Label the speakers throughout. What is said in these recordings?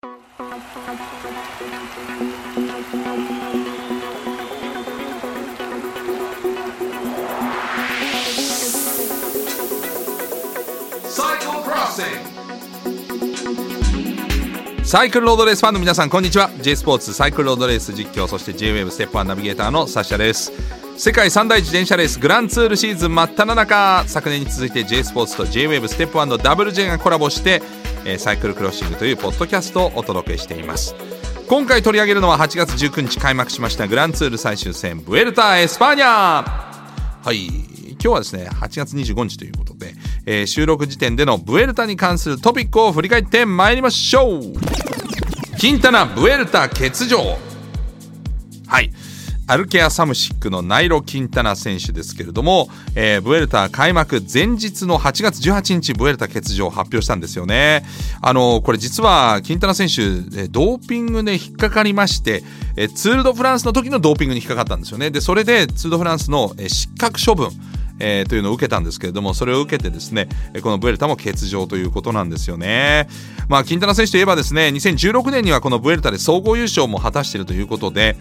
Speaker 1: サイクルロードレースファンの皆さん、こんにちは。 J スポーツサイクルロードレース実況、そして J-WAVE ステップ1ナビゲーターのサッシャです。世界三大自転車レースグランツールシーズン真っ只中。昨年に続いて J スポーツと J-WAVE ステップ1の WJ がコラボしてサイクルクロッシングというポッドキャストをお届けしています。今回取り上げるのは8月19日開幕しましたグランツール最終戦ブエルタ・エスパーニャ。はい、今日はですね8月25日ということで、収録時点でのブエルタに関するトピックを振り返ってまいりましょう。キンタナブエルタ欠場。はい、アルケアサムシックのナイロ・キンタナ選手ですけれども、ブエルタ開幕前日の8月18日ブエルタ欠場を発表したんですよね。これ実はキンタナ選手ドーピングで引っかかりまして、ツール・ド・フランスの時のドーピングに引っかかったんですよね。でそれでツール・ド・フランスの失格処分というのを受けたんですけれども、それを受けてですねこのブエルタも欠場ということなんですよね。キンタナ選手といえばですね2016年にはこのブエルタで総合優勝も果たしているということで、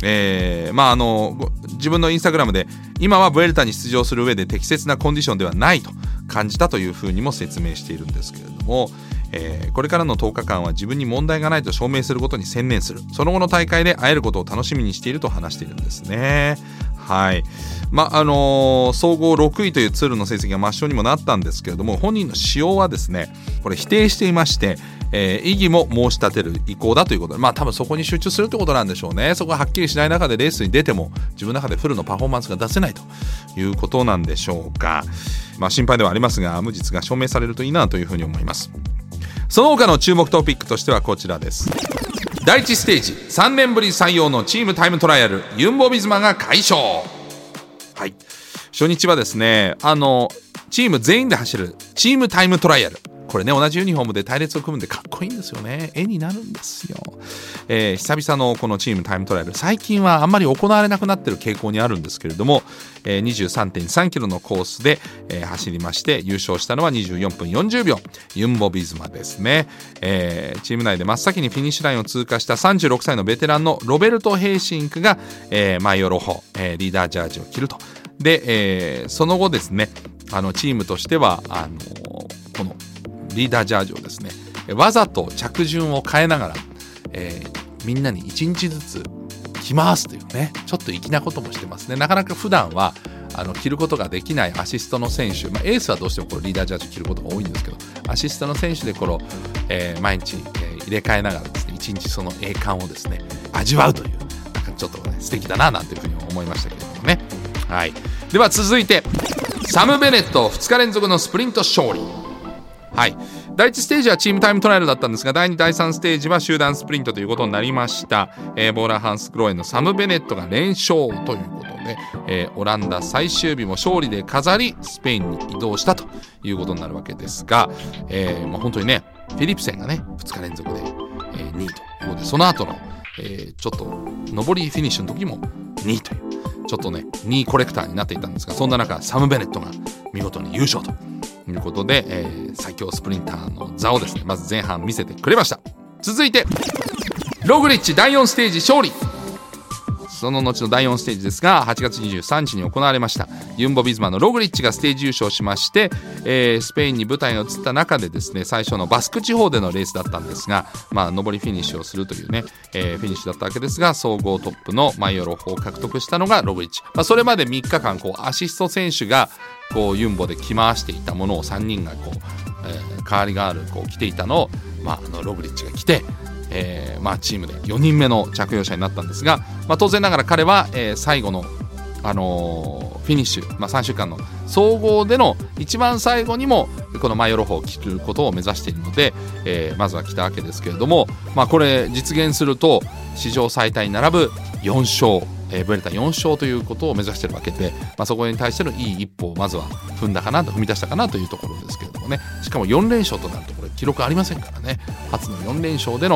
Speaker 1: 自分のインスタグラムで今はブエルタに出場する上で適切なコンディションではないと感じたというふうにも説明しているんですけれども、これからの10日間は自分に問題がないと証明することに専念する、その後の大会で会えることを楽しみにしていると話しているんですね。はい、総合6位というツールの成績が抹消にもなったんですけれども、本人の使用はですねこれ否定していまして、異議も申し立てる意向だということで、多分そこに集中するということなんでしょうね。そこがはっきりしない中でレースに出ても自分の中でフルのパフォーマンスが出せないということなんでしょうか。心配ではありますが無実が証明されるといいなというふうに思います。その他の注目トピックとしてはこちらです。第1ステージ3年ぶり採用のチームタイムトライアルユンボビズマが快勝。はい、初日はですねチーム全員で走るチームタイムトライアル、これね同じユニフォームで隊列を組むんでかっこいいんですよね。絵になるんですよ。久々のこのチームタイムトライアル、最近はあんまり行われなくなっている傾向にあるんですけれども、23.3 キロのコースで、走りまして優勝したのは24分40秒ユンボビズマですね。チーム内で真っ先にフィニッシュラインを通過した36歳のベテランのロベルト・ヘイシンクが、マイオロホ、リーダージャージを着ると。で、その後ですねチームとしてはこのリーダージャージをですねわざと着順を変えながら、みんなに1日ずつ着ますというねちょっと粋なこともしてますね。なかなか普段は着ることができないアシストの選手、エースはどうしてもこのリーダージャージを着ることが多いんですけど、アシストの選手でこの、毎日、入れ替えながらですね1日その栄冠をですね味わうというなんかちょっと、素敵だななんていうふうに思いましたけれどもね。はい、では続いてサム・ベネット2日連続のスプリント勝利。はい、第1ステージはチームタイムトライアルだったんですが、第2第3ステージは集団スプリントということになりました。ボーラーハンス・クロエンのサム・ベネットが連勝ということで、オランダ最終日も勝利で飾りスペインに移動したということになるわけですが、本当にねフィリプセンがね2日連続で、2位ということで、その後の、ちょっと上りフィニッシュの時も2位というちょっとね2位コレクターになっていたんですが、そんな中サム・ベネットが見事に優勝ということで、最強スプリンターの座をですねまず前半見せてくれました。続いてログリッチ第4ステージ勝利。その後の第4ステージですが8月23日に行われましたユンボビズマのログリッチがステージ優勝しまして、スペインに舞台が移った中でですね最初のバスク地方でのレースだったんですが、上りフィニッシュをするというね、フィニッシュだったわけですが、総合トップのマイオロホを獲得したのがログリッチ。それまで3日間アシスト選手がユンボで着回していたものを3人が代わりがある着ていたのを、ログリッチが着て、チームで4人目の着用者になったんですが、当然ながら彼は、最後の、フィニッシュ、3週間の総合での一番最後にもこのマイオロホを着ることを目指しているので、まずは来たわけですけれども、これ実現すると史上最多に並ぶ4勝、ブレタ4勝ということを目指しているわけで、そこに対してのいい一歩をまずは踏み出したかなというところですけれどもね。しかも4連勝となるとこれ記録ありませんからね。初の4連勝での、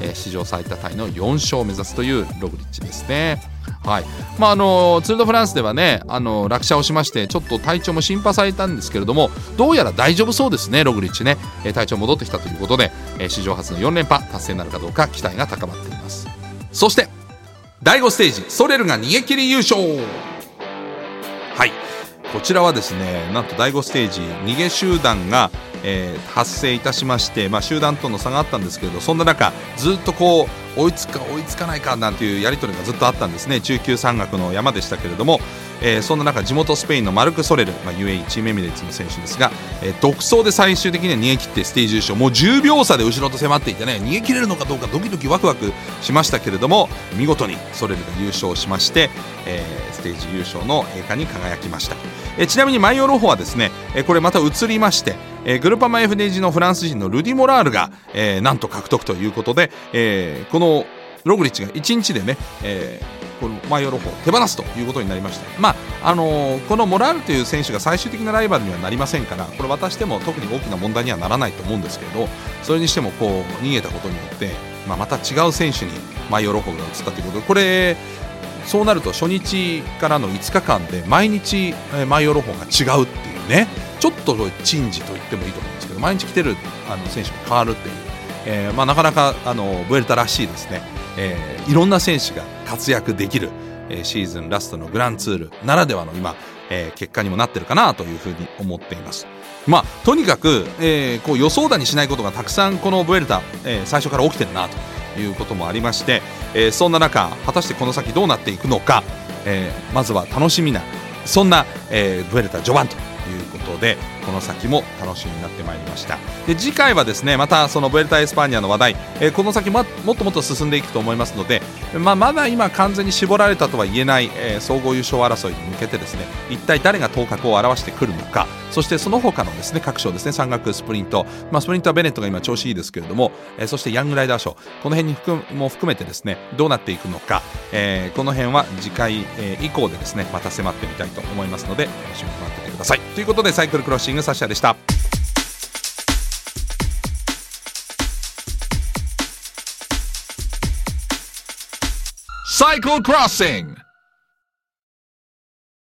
Speaker 1: 史上最多タイの4勝を目指すというログリッチですね。はい。ツール・ド・フランスではね落車をしましてちょっと体調も心配されたんですけれども、どうやら大丈夫そうですね。ログリッチね、体調戻ってきたということで、史上初の4連覇達成になるかどうか期待が高まっています。そして第5ステージ、ソレルが逃げ切り優勝。はい、こちらはですね、なんと第5ステージ逃げ集団が、発生いたしまして、集団との差があったんですけれど、そんな中ずっとこう追いつかないかなんていうやり取りがずっとあったんですね。中級山岳の山でしたけれども、そんな中地元スペインのマルク・ソレル、UAE チームエミレーツの選手ですが、独走で最終的には逃げ切ってステージ優勝。もう10秒差で後ろと迫っていてね、逃げ切れるのかどうかドキドキワクワクしましたけれども、見事にソレルが優勝しまして、ステージ優勝の栄冠に輝きました。ちなみにマイオロホはですね、これまた移りまして、グルパマ FDG のフランス人のルディ・モラールが、なんと獲得ということで、このログリッチが1日でね、このマイオロホを手放すということになりました。このモラールという選手が最終的なライバルにはなりませんから、これ渡しても特に大きな問題にはならないと思うんですけれど、それにしてもこう逃げたことによって、また違う選手にマイオロホが移ったということで、これそうなると初日からの5日間で毎日マイオロホが違うっていうね、ちょっと珍事と言ってもいいと思うんですけど、毎日来てる選手が変わるっていう、なかなかブエルタらしいですね、いろんな選手が活躍できる、シーズンラストのグランツールならではの今、結果にもなってるかなというふうに思っています。とにかく、こう予想だにしないことがたくさんこのブエルタ、最初から起きてるなということもありまして、そんな中果たしてこの先どうなっていくのか、まずは楽しみなそんな、ブエルタ序盤ということで、この先も楽しみになってまいりました。で次回はですね、またそのブエルタエスパーニャの話題、この先もっともっと進んでいくと思いますので、まだ今完全に絞られたとは言えない、総合優勝争いに向けてですね、一体誰が頭角を現してくるのか、そしてその他のですね各賞ですね、山岳スプリント、スプリントはベネットが今調子いいですけれども、そしてヤングライダー賞、この辺も含めてですねどうなっていくのか、この辺は次回、以降でですねまた迫ってみたいと思いますので、楽しみに待っててください。ということで、サイクルクロッシングサッシャでした。サイクルクロッシング